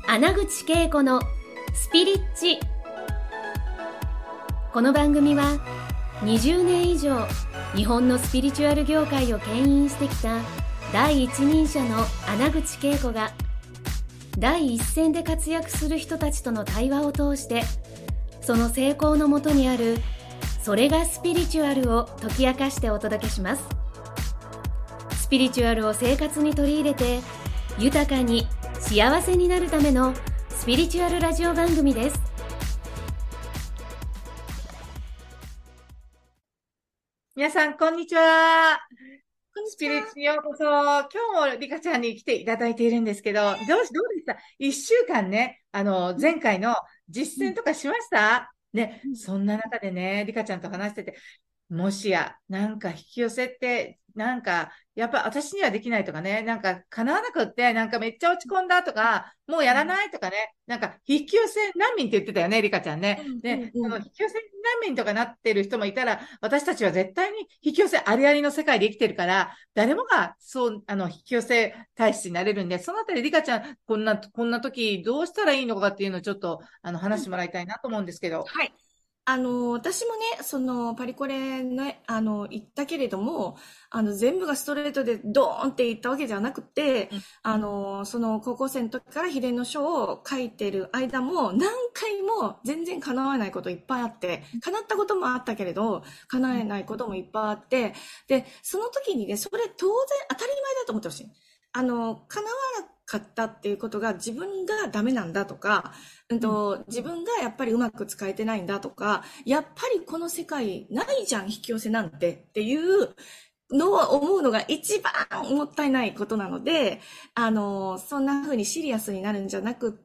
穴口恵子のスピリッチ。この番組は20年以上日本のスピリチュアル業界を牽引してきた第一人者の穴口恵子が第一線で活躍する人たちとの対話を通して、その成功のもとにあるそれがスピリチュアルを解き明かしてお届けします。スピリチュアルを生活に取り入れて豊かに幸せになるためのスピリチュアルラジオ番組です。 皆さん、こんにちは。スピリッチにようこそ。今日もリカちゃんに来ていただいているんですけど、どうでした一週間ね、前回の実践とかしましたね、そんな中でね、リカちゃんと話してて、もしや、なんか引き寄せって、なんか、やっぱ私にはできないとかね、なんか叶わなくって、なんかめっちゃ落ち込んだとか、もうやらないとかね、なんか引き寄せ難民って言ってたよね、リカちゃんね。で、その引き寄せ難民とかなってる人もいたら、私たちは絶対に引き寄せありありの世界で生きてるから、誰もがそう、引き寄せ体質になれるんで、そのあたりリカちゃん、こんな時どうしたらいいのかっていうのをちょっと、話してもらいたいなと思うんですけど。 はい。私もね、パリコレね、行ったけれども、全部がストレートでドーンって行ったわけじゃなくて、高校生の時から秘伝の書を書いてる間も、何回も全然叶わないこといっぱいあって、叶ったこともあったけれど、叶えないこともいっぱいあって、で、その時にね、それ当然当たり前だと思ってほしい。叶わなかったっていうことが自分がダメなんだとか、自分がやっぱりうまく使えてないんだとか、やっぱりこの世界ないじゃん、引き寄せなんてっていうのを思うのが一番もったいないことなので、そんな風にシリアスになるんじゃなくって、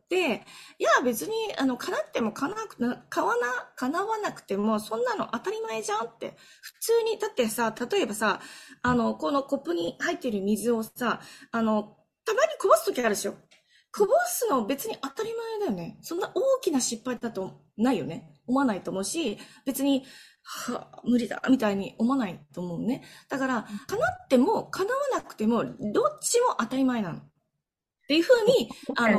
いや別に、叶っても叶わなくても、そんなの当たり前じゃんって。普通に、だってさ、例えばさ、このコップに入っている水をさ、たまにこぼすときあるでしょ。こぼすの別に当たり前だよね。そんな大きな失敗だとないよね。思わないと思うし、別に、無理だ、みたいに思わないと思うね。だから、叶っても、叶わなくても、どっちも当たり前なの。っていうふうに、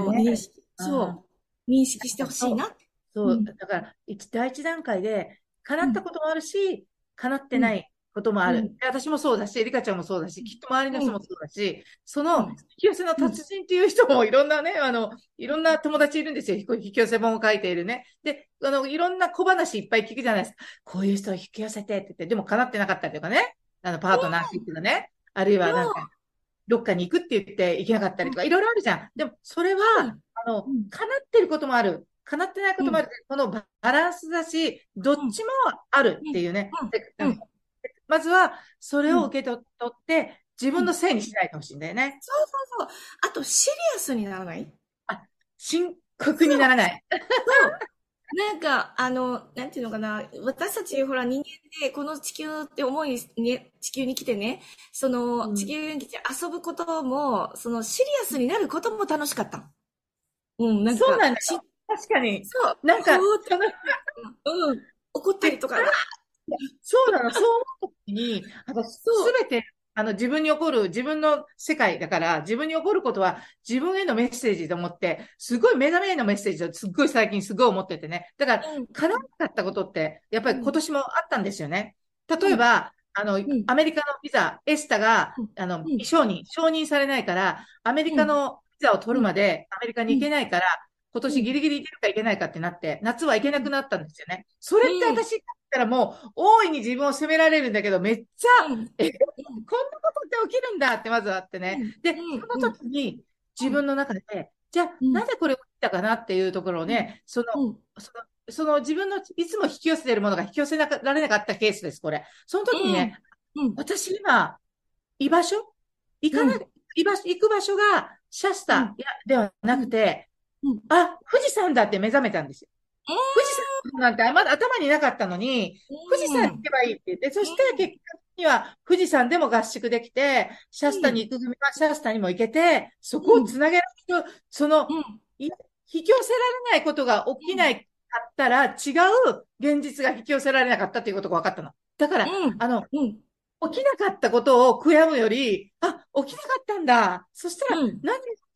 認識してほしいな。 そう、だから、第一段階で、叶ったこともあるし、叶ってないこともある。私もそうだし、リカちゃんもそうだし、きっと周りの人もそうだし、その、引き寄せの達人っていう人もいろんなね、いろんな友達いるんですよ。引き寄せ本を書いているね。で、いろんな小話いっぱい聞くじゃないですか。こういう人を引き寄せてって言って、でも叶ってなかったりとかね。パートナーシップがね。あるいはなんか、どっかに行くって言って行けなかったりとか、いろいろあるじゃん。でも、それは、叶ってることもある。叶ってないこともある。このバランスだし、どっちもあるっていうね。まずは、それを受け取って、自分のせいにしないでほしいんだよね。 そうそうそう。あと、シリアスにならない？ 深刻にならない。 そう。なんか、なんていうのかな。私たち、ほら、人間で、この地球って思いね、地球に来てね、地球に来て遊ぶことも、シリアスになることも楽しかった。なんか、 そうなんだよ。確かに。 そう。 なんか、 怒ったりとか、 そうなの、そう思った時に、すべて、自分に起こる、自分の世界だから、自分に起こることは自分へのメッセージと思って、すごい目覚めへのメッセージをすっごい最近すごい思っててね。だから、叶わなかったことって、やっぱり今年もあったんですよね。例えば、アメリカのビザ、エスタが、承認されないから、アメリカのビザを取るまで、アメリカに行けないから、今年ギリギリ行けるか行けないかってなって、夏は行けなくなったんですよね。それって私だったらもう、大いに自分を責められるんだけど、めっちゃ、こんなことって起きるんだってまずあってね。で、その時に自分の中で、じゃあ、なぜこれ起きたかなっていうところをね、その自分のいつも引き寄せているものが引き寄せられなかったケースです、これ。その時にね、私今、居場所行く場所がシャスタではなくて、富士山だって目覚めたんですよ。富士山なんてまだ頭になかったのに、富士山に行けばいいって言って、そして結果には富士山でも合宿できて、シャスタに行く組はシャスタにも行けて、そこをつなげると、引き寄せられないことが起きないかったら、違う現実が引き寄せられなかったということが分かったの。だから、起きなかったことを悔やむより、起きなかったんだ。そしたら、何で起き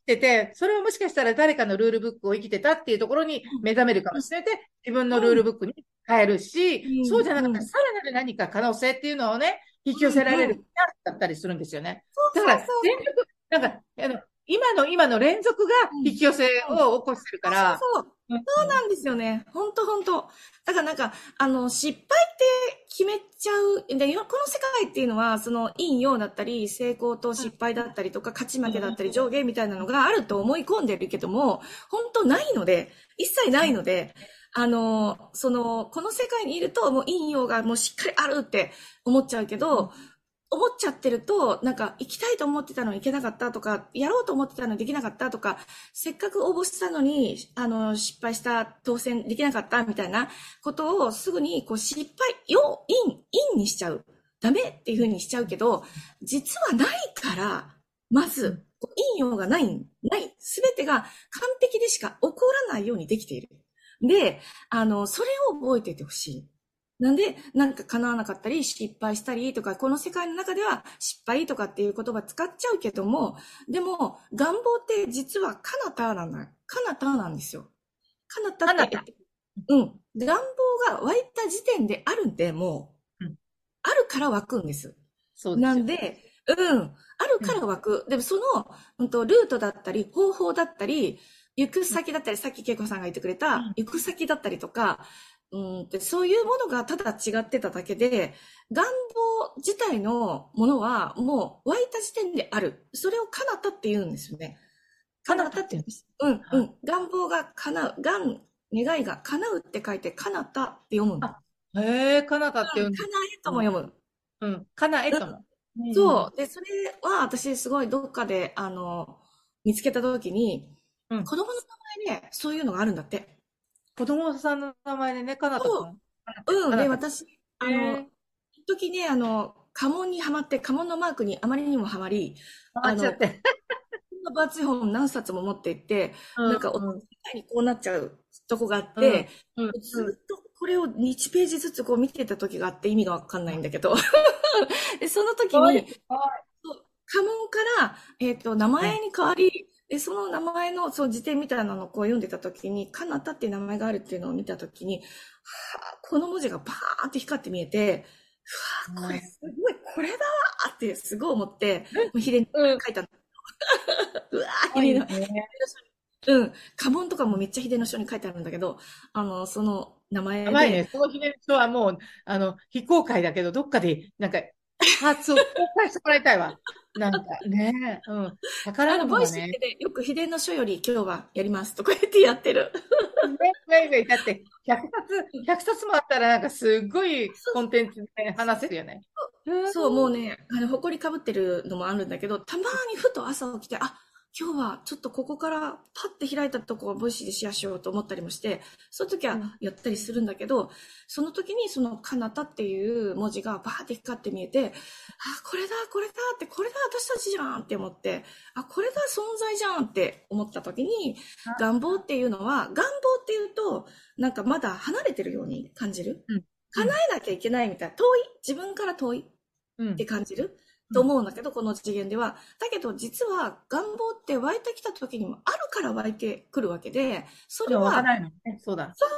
てて、それはもしかしたら誰かのルールブックを生きてたっていうところに目覚めるかもしれない。自分のルールブックに変えるし、そうじゃなかったらさらなる何か可能性っていうのをね、引き寄せられるチャンスだったりするんですよね。だから、連続、なんか、今の連続が引き寄せを起こしてるから。 そうなんですよね。本当。だからなんか、失敗って決めちゃう。で、この世界っていうのは、その陰陽だったり、成功と失敗だったりとか、勝ち負けだったり、上下みたいなのがあると思い込んでるけども、本当ないので、一切ないので、この世界にいると、もう陰陽がもうしっかりあるって思っちゃうけど、思っちゃってると、なんか、行きたいと思ってたのに行けなかったとか、やろうと思ってたのにできなかったとか、せっかく応募したのに、失敗した、当選できなかったみたいなことをすぐに、失敗、陰にしちゃう。ダメっていう風にしちゃうけど、実はないから、まず、陰陽がない。すべてが完璧でしか起こらないようにできている。で、それを覚えていてほしい。なんで、なんか叶わなかったり、失敗したりとか、この世界の中では失敗とかっていう言葉使っちゃうけども、でも、願望って実は彼方なんですよ。彼方って、願望が湧いた時点であるんで、もう、あるから湧くんです。 そうです。 なんで、あるから湧く。でもその、ルートだったり、方法だったり、行く先だったり、さっき恵子さんが言ってくれた、行く先だったりとか、そういうものがただ違ってただけで、願望自体のものはもう湧いた時点である。それを叶ったって言うんですよね。叶ったって言うんです。願望が叶う。願いが叶うって書いて、叶ったって読むんだ。 へえ、叶ったって言うんだ。 叶えとも読む。叶えとも。 そう。で、それは私すごいどっかで、見つけたときに、子供の名前ね、そういうのがあるんだって。 子供さんの名前でね、かなたくん。で、私、一時ね、家紋にはまって、家紋のマークにあまりにもはまり、 はまっちゃって。 分厚い本何冊も持っていって、なんか、おにこうなっちゃうとこがあって、ずっとこれを1ページずつこう見てた時があって意味がわかんないんだけど、でその時に、家紋から、名前に変わり、で、その名前の、辞典みたいなのをこう読んでたときに、かなたっていう名前があるっていうのを見たときに、この文字がバーって光って見えて、これすごい、これだーってすごい思って、ひでに書いたの。ひでの、家紋とかもめっちゃひでの書に書いてあるんだけど、その名前で。 やばいね。そのひでの書はもう、非公開だけど、どっかで、なんか、パーツを公開してもらいたいわ。なんかね、宝物ボイスでよく秘伝の書より今日はやりますとか言ってやってる。 ね、だって100冊もあったらなんかすごいコンテンツで話せるよね。 そう、もうね、埃かぶってるのもあるんだけど、たまにふと朝起きて、今日はちょっとここからパッて開いたとこをボイシーでシェアしようと思ったりもして、そういう時はやったりするんだけど、その時にそのかなたっていう文字がバーって光って見えて、これだって、これだ私たちじゃんって思って、これだ存在じゃんって思った時に、願望っていうのは、願望っていうと、なんかまだ離れてるように感じる。叶えなきゃいけないみたいな、自分から遠いって感じる。と思うんだけど、この次元では。だけど、実は願望って湧いてきた時にもあるから湧いてくるわけで、それは、 そうだ。 そう。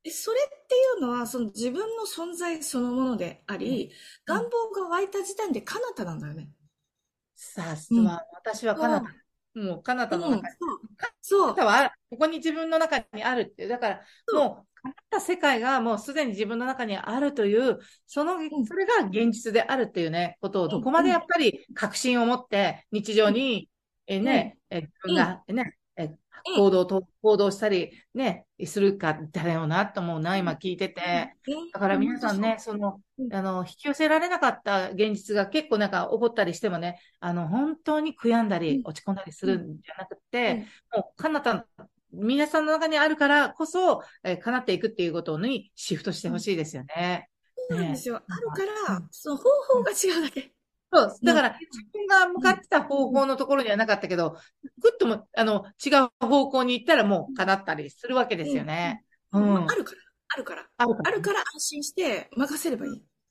それっていうのは、その自分の存在そのものであり、願望が湧いた時点で彼方なんだよね。 さすが、私は彼方。もう彼方の中に。そう。彼方は、ここに自分の中にあるっていう。だから、もう、叶った世界がもうすでに自分の中にあるという、それが現実であるっていうね、ことをどこまでやっぱり確信を持って日常に、自分がね、行動したりね、するかだよなと思うな、今聞いてて。だから皆さんね、引き寄せられなかった現実が結構なんか起こったりしてもね、本当に悔やんだり落ち込んだりするんじゃなくて、もう、皆さんの中にあるからこそ、叶っていくっていうことにシフトしてほしいですよね。 そうなんですよ。あるから、その方法が違うだけ。 そう。だから、自分が向かってた方法のところにはなかったけど、ぐっとも、違う方向に行ったらもう叶ったりするわけですよね。 あるから安心して任せればいい。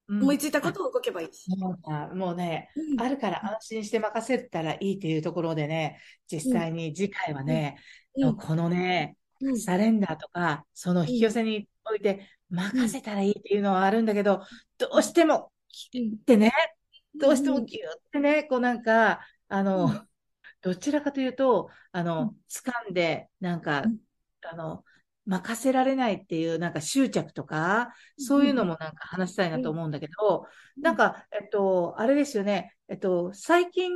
思いついたことを動けばいいし。 もうね、 うんあるから安心して任せたらいいっていうところでね、実際に次回はね、 うんこのね、 うんサレンダーとか、その引き寄せにおいて任せたらいいっていうのはあるんだけど、どうしても、ってね、どうしてもギューってね、こうなんか、どちらかというと、掴んで、なんか、任せられないっていう、なんか執着とか、そういうのもなんか話したいなと思うんだけど、なんか、あれですよね、最近、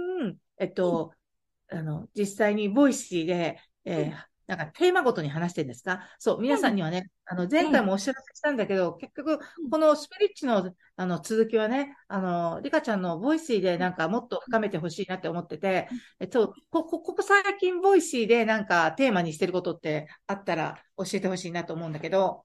実際にボイシーで、なんかテーマごとに話してるんですか？そう、皆さんにはね、前回もお知らせしたんだけど、結局、このスピリッチの、続きはね、リカちゃんのボイシーでなんかもっと深めてほしいなって思ってて、ここ最近ボイシーでなんかテーマにしてることってあったら教えてほしいなと思うんだけど、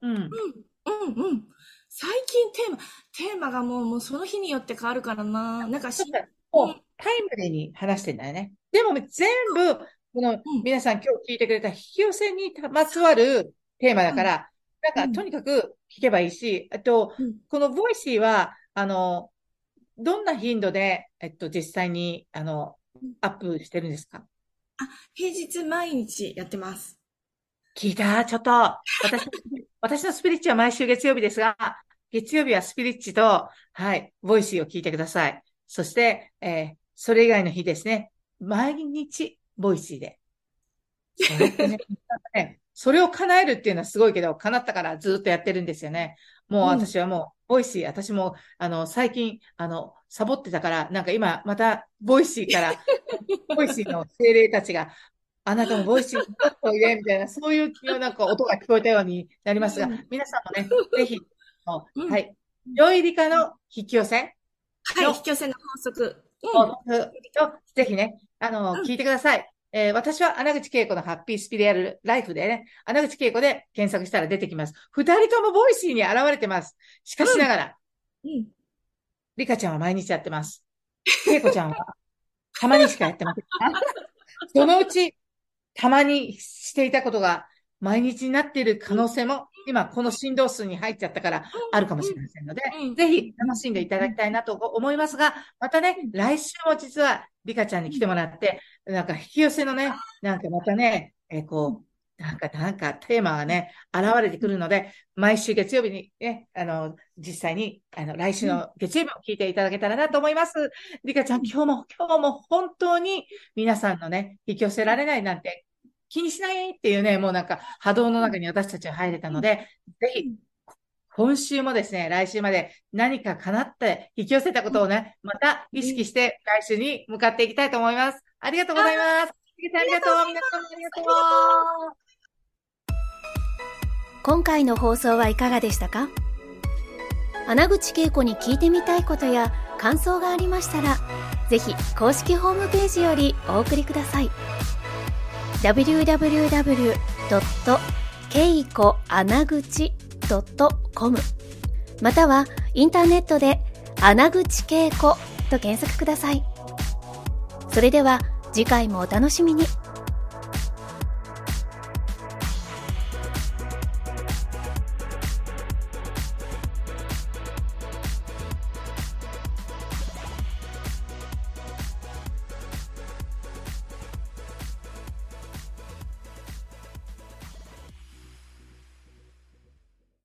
最近テーマがもうその日によって変わるからな。なんかタイムリーに話してんだよね。でも全部、皆さん今日聞いてくれた引き寄せにまつわるテーマだから、なんかとにかく聞けばいいし、このボイシーは、どんな頻度で、実際に、アップしてるんですか？ 平日毎日やってます。 聞いた？ちょっと、私のスピリッチは毎週月曜日ですが、月曜日はスピリッチと、はい、ボイシーを聞いてください。そして、それ以外の日ですね、毎日、ボイシーで。それってね、それを叶えるっていうのはすごいけど、叶ったからずっとやってるんですよね。もう私はもう、ボイシー、私も、最近、サボってたから、なんか今、また、ボイシーから、ボイシーの精霊たちが、あなたもボイシーにちょっと入れ、みたいな、そういうなんか音が聞こえたようになりますが、皆さんもね、ぜひ、はい、ジョイリカの引き寄せ。 はい、引き寄せの法則。 ぜひね、聞いてください。私は穴口恵子のハッピースピリアルライフでね、穴口恵子で検索したら出てきます。2人ともボイシーに現れてます。しかしながら、リカちゃんは毎日やってます。恵子ちゃんはたまにしかやってません。そのうち、たまにしていたことが毎日になっている可能性も、今この振動数に入っちゃったからあるかもしれませんので、ぜひ楽しんでいただきたいなと思いますが、またね、来週も実はリカちゃんに来てもらって、なんか引き寄せのね、なんかまたね、なんかテーマがね、現れてくるので、毎週月曜日にね、実際に、来週の月曜日を聞いていただけたらなと思います。リカちゃん、今日も本当に皆さんのね、引き寄せられないなんて気にしないっていうね、もうなんか波動の中に私たちは入れたので、ぜひ、今週もですね、来週まで何か叶って引き寄せたことをね、また意識して来週に向かっていきたいと思います。ありがとうございます。ありがとう。皆さんもありがとう。 今回の放送はいかがでしたか？穴口恵子に聞いてみたいことや感想がありましたら、ぜひ公式ホームページよりお送りください。www.keikoanaguchi.com またはインターネットで穴口恵子と検索ください。それでは次回もお楽しみに。